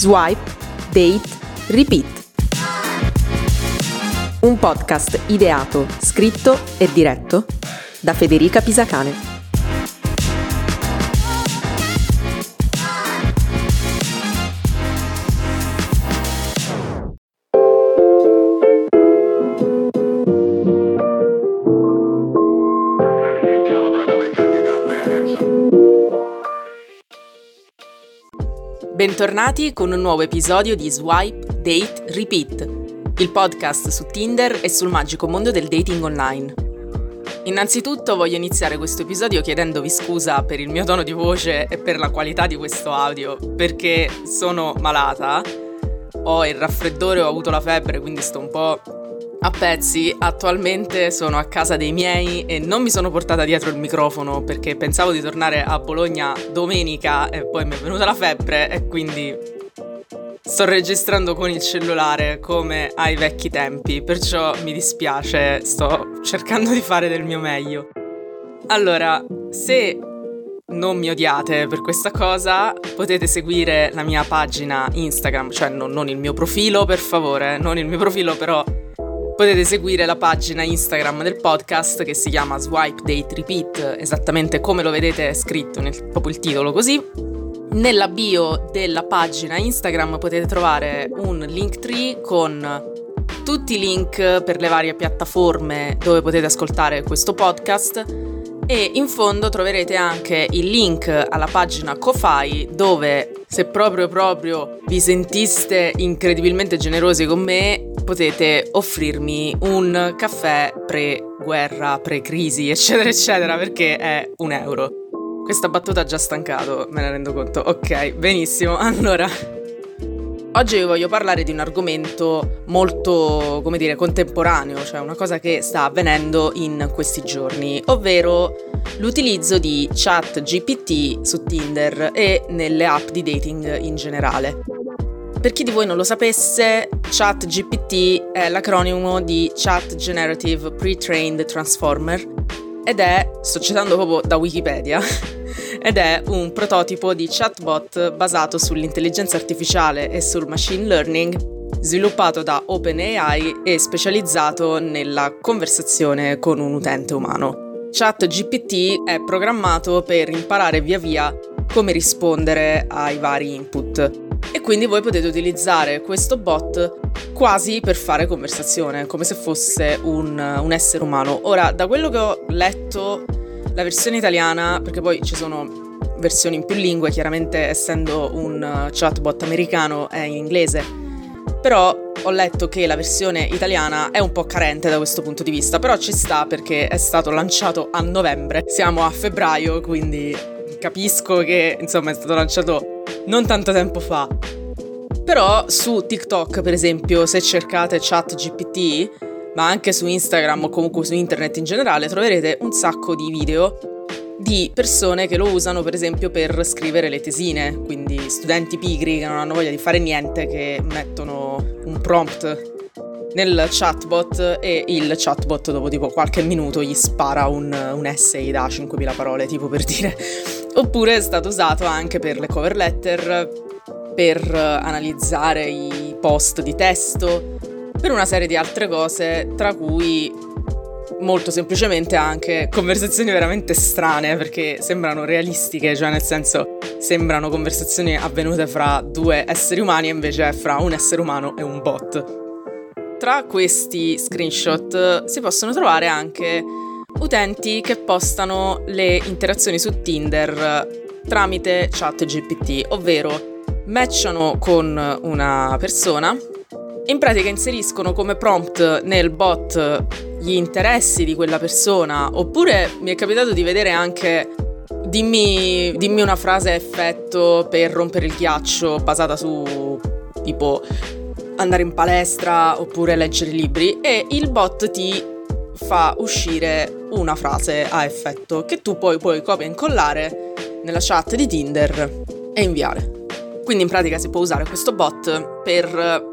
Swipe, Date, Repeat. Un podcast ideato, scritto e diretto da Federica Pisacane. Bentornati con un nuovo episodio di Swipe, Date, Repeat, il podcast su Tinder e sul magico mondo del dating online. Innanzitutto voglio iniziare questo episodio chiedendovi scusa per il mio tono di voce e per la qualità di questo audio, perché sono malata, ho il raffreddore, ho avuto la febbre, quindi sto un po' a pezzi. Attualmente sono a casa dei miei e non mi sono portata dietro il microfono perché pensavo di tornare a Bologna domenica e poi mi è venuta la febbre e quindi sto registrando con il cellulare come ai vecchi tempi, perciò mi dispiace, sto cercando di fare del mio meglio. Allora, se non mi odiate per questa cosa, potete seguire la mia pagina Instagram, cioè non il mio profilo, per favore, non il mio profilo, però potete seguire la pagina Instagram del podcast che si chiama Swipe Date Repeat, esattamente come lo vedete scritto proprio il titolo così. Nella bio della pagina Instagram potete trovare un Linktree con tutti i link per le varie piattaforme dove potete ascoltare questo podcast e in fondo troverete anche il link alla pagina Ko-Fi dove, se proprio vi sentiste incredibilmente generosi con me, potete offrirmi un caffè pre-guerra, pre-crisi, eccetera eccetera, perché è €1. Questa battuta ha già stancato, me ne rendo conto. Ok, benissimo. Allora, oggi vi voglio parlare di un argomento molto, contemporaneo, cioè una cosa che sta avvenendo in questi giorni, ovvero l'utilizzo di ChatGPT su Tinder e nelle app di dating in generale. Per chi di voi non lo sapesse, ChatGPT è l'acronimo di Chat Generative Pre-trained Transformer ed è, sto citando proprio da Wikipedia, ed è un prototipo di chatbot basato sull'intelligenza artificiale e sul machine learning sviluppato da OpenAI e specializzato nella conversazione con un utente umano. ChatGPT è programmato per imparare via via come rispondere ai vari input e quindi voi potete utilizzare questo bot quasi per fare conversazione, come se fosse un essere umano. Ora, da quello che ho letto, la versione italiana, perché poi ci sono versioni in più lingue, chiaramente essendo un chatbot americano è in inglese, però ho letto che la versione italiana è un po' carente da questo punto di vista, però ci sta perché è stato lanciato a novembre, siamo a febbraio, quindi capisco che insomma è stato lanciato non tanto tempo fa. Però su TikTok, per esempio, se cercate ChatGPT, ma anche su Instagram o comunque su internet in generale, troverete un sacco di video di persone che lo usano, per esempio, per scrivere le tesine, quindi studenti pigri che non hanno voglia di fare niente, che mettono un prompt nel chatbot e il chatbot dopo tipo qualche minuto gli spara un essay da 5.000 parole, tipo per dire. Oppure è stato usato anche per le cover letter, per analizzare i post di testo, per una serie di altre cose, tra cui molto semplicemente anche conversazioni veramente strane, perché sembrano realistiche, cioè nel senso sembrano conversazioni avvenute fra due esseri umani e invece è fra un essere umano e un bot. Tra questi screenshot si possono trovare anche utenti che postano le interazioni su Tinder tramite ChatGPT, ovvero matchano con una persona, in pratica inseriscono come prompt nel bot gli interessi di quella persona, oppure mi è capitato di vedere anche dimmi una frase a effetto per rompere il ghiaccio basata su tipo andare in palestra oppure leggere libri, e il bot ti fa uscire una frase a effetto che tu poi puoi copia e incollare nella chat di Tinder e inviare. Quindi in pratica si può usare questo bot per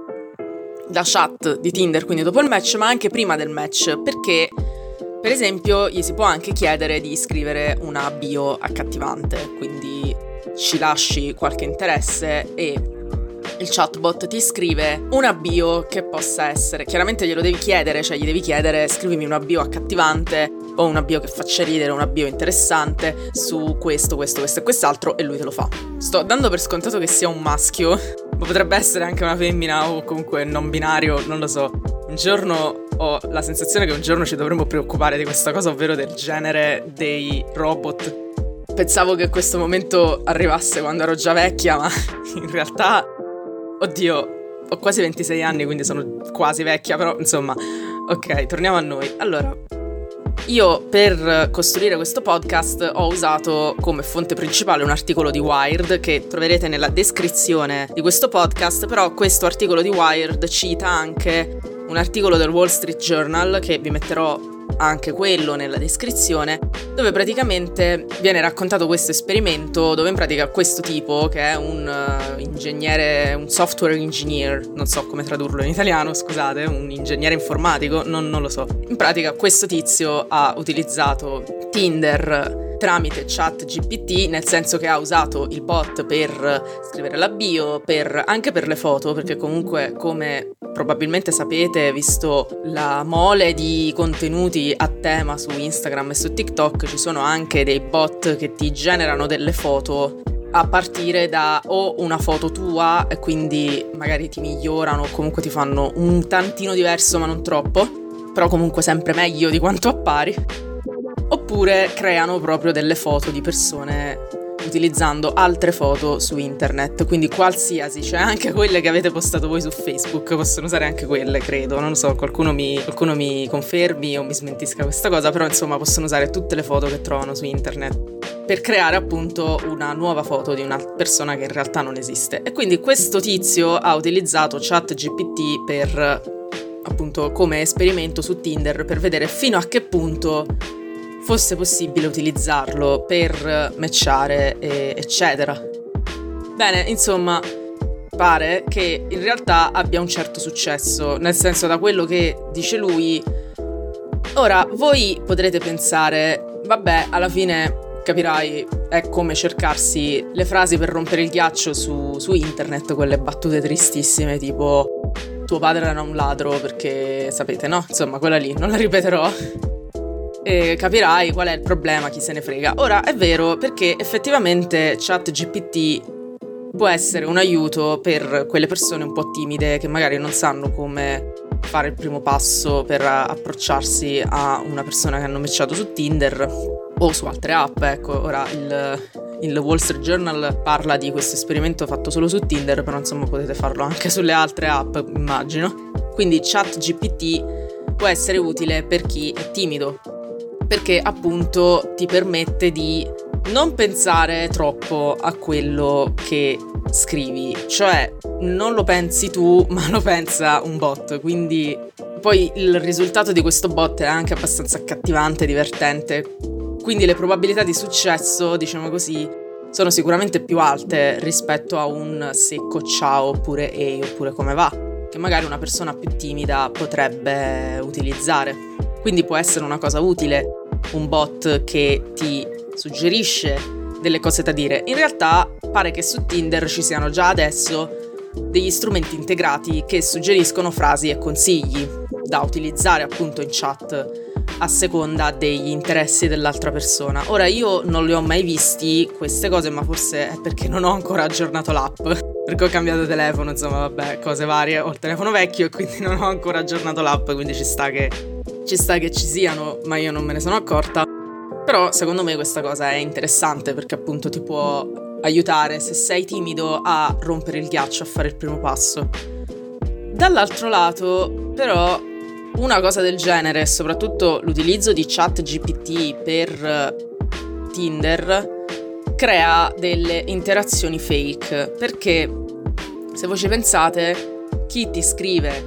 la chat di Tinder, quindi dopo il match, ma anche prima del match, perché per esempio gli si può anche chiedere di scrivere una bio accattivante, quindi ci lasci qualche interesse e il chatbot ti scrive una bio che possa essere, chiaramente glielo devi chiedere, cioè gli devi chiedere scrivimi una bio accattivante o una bio che faccia ridere, una bio interessante su questo e quest'altro, e lui te lo fa. Sto dando per scontato che sia un maschio, ma potrebbe essere anche una femmina o comunque non binario, non lo so. Un giorno ho la sensazione che un giorno ci dovremmo preoccupare di questa cosa, ovvero del genere dei robot. Pensavo che questo momento arrivasse quando ero già vecchia, ma in realtà, oddio, ho quasi 26 anni, quindi sono quasi vecchia, però insomma, ok, torniamo a noi. Allora, io per costruire questo podcast ho usato come fonte principale un articolo di Wired che troverete nella descrizione di questo podcast, però questo articolo di Wired cita anche un articolo del Wall Street Journal, che vi metterò anche quello nella descrizione, dove praticamente viene raccontato questo esperimento, dove in pratica questo tipo, che è un ingegnere, un software engineer, non so come tradurlo in italiano, scusate, un ingegnere informatico, non lo so. In pratica questo tizio ha utilizzato Tinder tramite ChatGPT, nel senso che ha usato il bot per scrivere la bio, anche per le foto, perché comunque, come probabilmente sapete, visto la mole di contenuti a tema su Instagram e su TikTok, ci sono anche dei bot che ti generano delle foto a partire da o una foto tua, e quindi magari ti migliorano o comunque ti fanno un tantino diverso ma non troppo, però comunque sempre meglio di quanto appari, oppure creano proprio delle foto di persone utilizzando altre foto su internet, quindi qualsiasi, cioè anche quelle che avete postato voi su Facebook possono usare anche quelle, credo, non lo so, qualcuno mi confermi o mi smentisca questa cosa, però insomma possono usare tutte le foto che trovano su internet per creare appunto una nuova foto di una persona che in realtà non esiste. E quindi questo tizio ha utilizzato ChatGPT per appunto come esperimento su Tinder, per vedere fino a che punto fosse possibile utilizzarlo per matchare eccetera. Bene, insomma, pare che in realtà abbia un certo successo, nel senso, da quello che dice lui. Ora, voi potrete pensare, vabbè, alla fine capirai, è come cercarsi le frasi per rompere il ghiaccio su internet, quelle battute tristissime tipo tuo padre era un ladro, perché sapete, no? Insomma, quella lì, non la ripeterò. E capirai qual è il problema, chi se ne frega. Ora, è vero, perché effettivamente ChatGPT può essere un aiuto per quelle persone un po' timide che magari non sanno come fare il primo passo per approcciarsi a una persona che hanno matchato su Tinder o su altre app. Ecco, ora il Wall Street Journal parla di questo esperimento fatto solo su Tinder, però insomma potete farlo anche sulle altre app, immagino. Quindi ChatGPT può essere utile per chi è timido, perché appunto ti permette di non pensare troppo a quello che scrivi, cioè non lo pensi tu ma lo pensa un bot, quindi poi il risultato di questo bot è anche abbastanza accattivante, divertente, quindi le probabilità di successo, diciamo così, sono sicuramente più alte rispetto a un secco ciao oppure ehi oppure come va, che magari una persona più timida potrebbe utilizzare. Quindi può essere una cosa utile un bot che ti suggerisce delle cose da dire. In realtà pare che su Tinder ci siano già adesso degli strumenti integrati che suggeriscono frasi e consigli da utilizzare appunto in chat a seconda degli interessi dell'altra persona. Ora, io non le ho mai visti queste cose, ma forse è perché non ho ancora aggiornato l'app, perché ho cambiato telefono, insomma, vabbè, cose varie, ho il telefono vecchio e quindi non ho ancora aggiornato l'app, quindi ci sta che ci siano, ma io non me ne sono accorta. Però secondo me questa cosa è interessante, perché appunto ti può aiutare, se sei timido, a rompere il ghiaccio, a fare il primo passo. Dall'altro lato, però, una cosa del genere, soprattutto l'utilizzo di ChatGPT per Tinder, crea delle interazioni fake, perché se voi ci pensate, chi ti scrive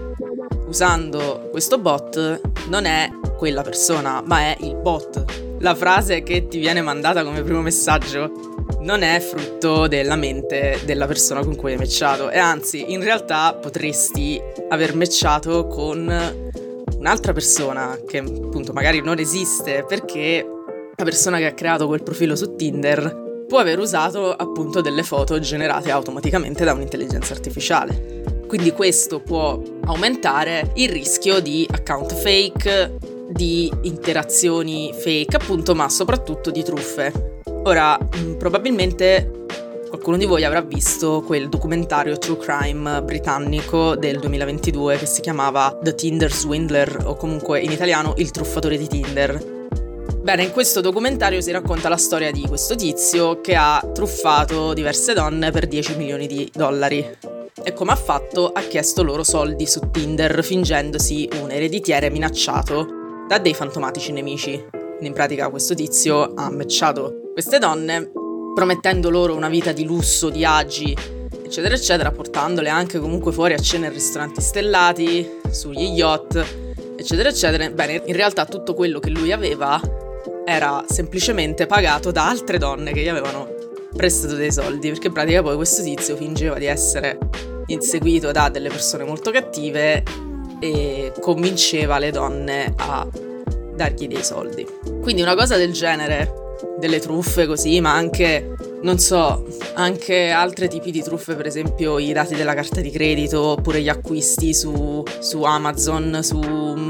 usando questo bot non è quella persona, ma è il bot. La frase che ti viene mandata come primo messaggio non è frutto della mente della persona con cui hai matchato, e anzi, in realtà potresti aver matchato con un'altra persona che appunto magari non esiste, perché la persona che ha creato quel profilo su Tinder può aver usato appunto delle foto generate automaticamente da un'intelligenza artificiale. Quindi questo può aumentare il rischio di account fake, di interazioni fake appunto, ma soprattutto di truffe. Ora, probabilmente qualcuno di voi avrà visto quel documentario true crime britannico del 2022 che si chiamava The Tinder Swindler, o comunque in italiano Il truffatore di Tinder. Bene, in questo documentario si racconta la storia di questo tizio che ha truffato diverse donne per $10 milioni. E come ha fatto? Ha chiesto loro soldi su Tinder fingendosi un ereditiere minacciato da dei fantomatici nemici. Quindi in pratica questo tizio ha matchato queste donne promettendo loro una vita di lusso, di agi, eccetera eccetera, portandole anche comunque fuori a cene in ristoranti stellati, sugli yacht, eccetera eccetera. Bene, in realtà tutto quello che lui aveva era semplicemente pagato da altre donne che gli avevano prestato dei soldi, perché in pratica poi questo tizio fingeva di essere inseguito da delle persone molto cattive e convinceva le donne a dargli dei soldi. Quindi una cosa del genere, delle truffe così, ma anche, non so, anche altri tipi di truffe, per esempio i dati della carta di credito, oppure gli acquisti su Amazon, su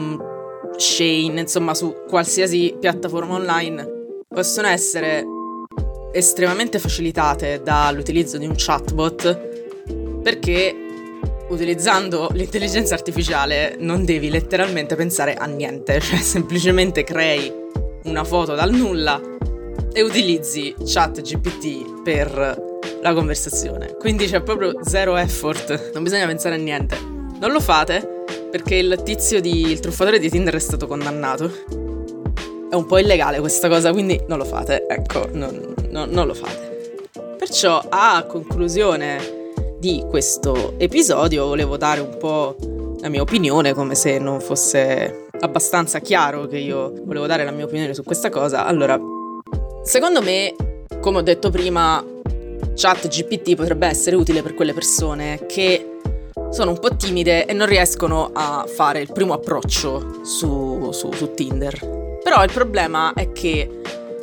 Shein, insomma su qualsiasi piattaforma online, possono essere estremamente facilitate dall'utilizzo di un chatbot, perché utilizzando l'intelligenza artificiale non devi letteralmente pensare a niente, cioè semplicemente crei una foto dal nulla e utilizzi ChatGPT per la conversazione. Quindi c'è proprio zero effort, non bisogna pensare a niente. Non lo fate perché il tizio il truffatore di Tinder è stato condannato. È un po' illegale questa cosa, quindi non lo fate, ecco, non lo fate. Perciò a conclusione di questo episodio volevo dare un po' la mia opinione, come se non fosse abbastanza chiaro che io volevo dare la mia opinione su questa cosa. Allora, secondo me, come ho detto prima, ChatGPT potrebbe essere utile per quelle persone che sono un po' timide e non riescono a fare il primo approccio su Tinder. Però il problema è che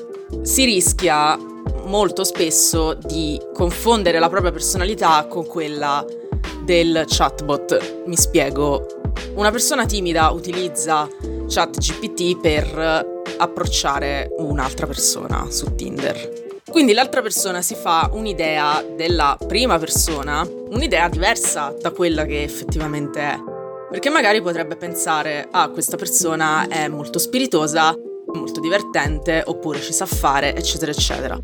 si rischia molto spesso di confondere la propria personalità con quella del chatbot. Mi spiego. Una persona timida utilizza ChatGPT per approcciare un'altra persona su Tinder. Quindi l'altra persona si fa un'idea della prima persona, un'idea diversa da quella che effettivamente è. Perché magari potrebbe pensare, questa persona è molto spiritosa, molto divertente, oppure ci sa fare, eccetera, eccetera.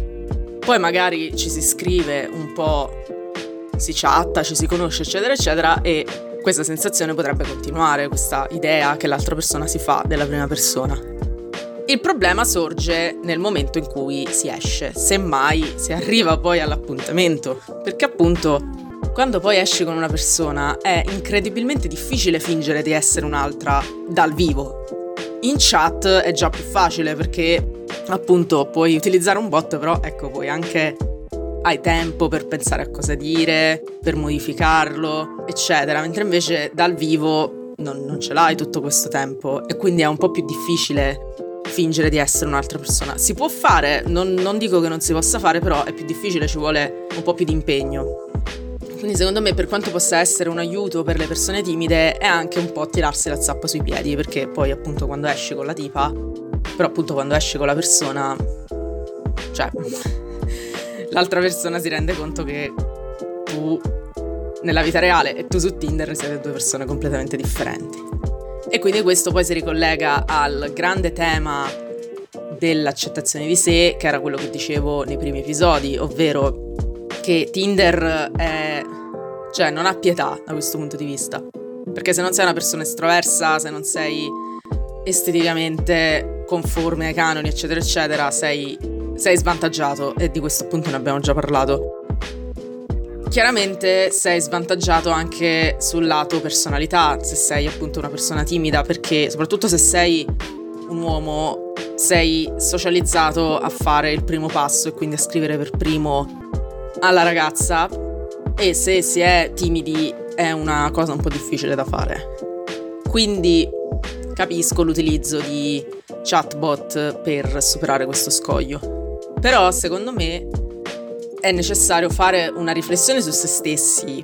Poi magari ci si scrive un po', si chatta, ci si conosce, eccetera, eccetera, e questa sensazione potrebbe continuare, questa idea che l'altra persona si fa della prima persona. Il problema sorge nel momento in cui si esce, semmai si arriva poi all'appuntamento, perché appunto quando poi esci con una persona è incredibilmente difficile fingere di essere un'altra dal vivo. In chat è già più facile perché appunto puoi utilizzare un bot, però ecco, poi anche hai tempo per pensare a cosa dire, per modificarlo, eccetera, mentre invece dal vivo non ce l'hai tutto questo tempo e quindi è un po' più difficile fingere di essere un'altra persona. Si può fare, non dico che non si possa fare, però è più difficile, ci vuole un po' più di impegno. Quindi secondo me, per quanto possa essere un aiuto per le persone timide, è anche un po' tirarsi la zappa sui piedi, perché poi appunto quando esci con la tipa, però appunto quando esci con la persona, cioè l'altra persona si rende conto che tu nella vita reale e tu su Tinder siete due persone completamente differenti. E quindi questo poi si ricollega al grande tema dell'accettazione di sé, che era quello che dicevo nei primi episodi, ovvero che Tinder non ha pietà da questo punto di vista. Perché se non sei una persona estroversa, se non sei esteticamente conforme ai canoni, eccetera, eccetera, sei svantaggiato, e di questo appunto ne abbiamo già parlato. Chiaramente sei svantaggiato anche sul lato personalità, se sei appunto una persona timida, perché soprattutto se sei un uomo sei socializzato a fare il primo passo e quindi a scrivere per primo alla ragazza, e se si è timidi è una cosa un po' difficile da fare. Quindi capisco l'utilizzo di chatbot per superare questo scoglio. Però secondo me è necessario fare una riflessione su se stessi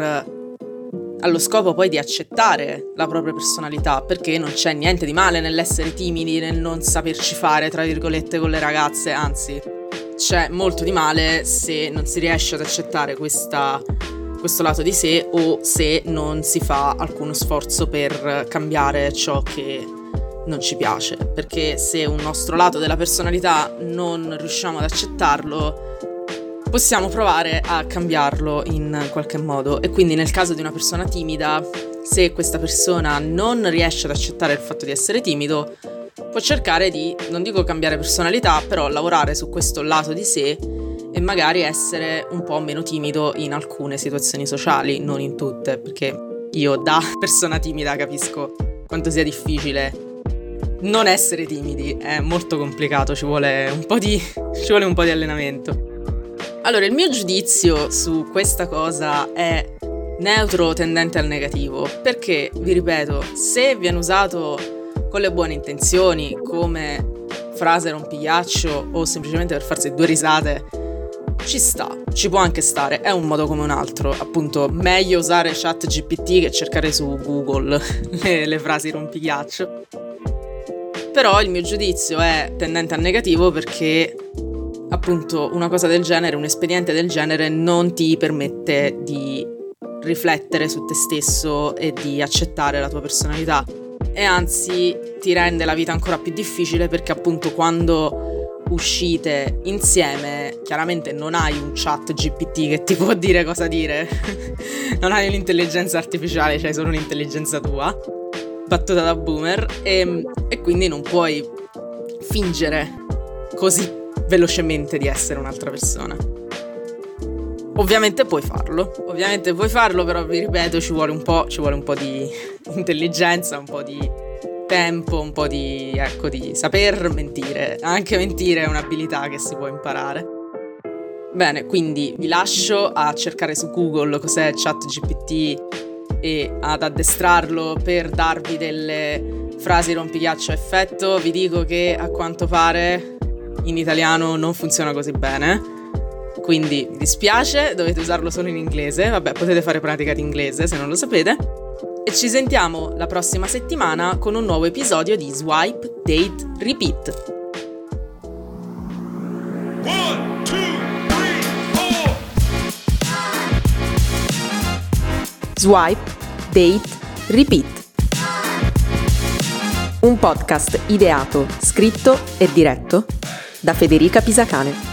allo scopo poi di accettare la propria personalità, perché non c'è niente di male nell'essere timidi, nel non saperci fare, tra virgolette, con le ragazze, anzi c'è molto di male se non si riesce ad accettare questo lato di sé o se non si fa alcuno sforzo per cambiare ciò che non ci piace, perché se un nostro lato della personalità non riusciamo ad accettarlo, possiamo provare a cambiarlo in qualche modo. E quindi nel caso di una persona timida, se questa persona non riesce ad accettare il fatto di essere timido, può cercare di, non dico cambiare personalità, però lavorare su questo lato di sé e magari essere un po' meno timido in alcune situazioni sociali, non in tutte, perché io da persona timida capisco quanto sia difficile non essere timidi, è molto complicato, ci vuole un po' di allenamento. Allora, il mio giudizio su questa cosa è neutro, tendente al negativo, perché, vi ripeto, se viene usato con le buone intenzioni, come frase rompighiaccio o semplicemente per farsi 2 risate, ci sta, ci può anche stare, è un modo come un altro. Appunto, meglio usare ChatGPT che cercare su Google le frasi rompighiaccio. Però il mio giudizio è tendente al negativo perché, appunto, una cosa del genere, un espediente del genere non ti permette di riflettere su te stesso e di accettare la tua personalità, e anzi ti rende la vita ancora più difficile, perché appunto quando uscite insieme chiaramente non hai un chat GPT che ti può dire cosa dire non hai un'intelligenza artificiale, c'hai solo un'intelligenza tua, battuta da boomer, e quindi non puoi fingere così velocemente di essere un'altra persona. Ovviamente puoi farlo, però vi ripeto, ci vuole un po' di intelligenza, un po' di tempo, un po' di saper mentire. Anche mentire è un'abilità che si può imparare. Bene, quindi vi lascio a cercare su Google cos'è ChatGPT e ad addestrarlo per darvi delle frasi rompighiaccio a effetto. Vi dico che a quanto pare in italiano non funziona così bene, quindi mi dispiace, dovete usarlo solo in inglese. Vabbè, potete fare pratica di inglese se non lo sapete, e ci sentiamo la prossima settimana con un nuovo episodio di Swipe, Date, Repeat. 1, 2, 3, 4. Swipe, Date, Repeat. Un podcast ideato, scritto e diretto da Federica Pisacane.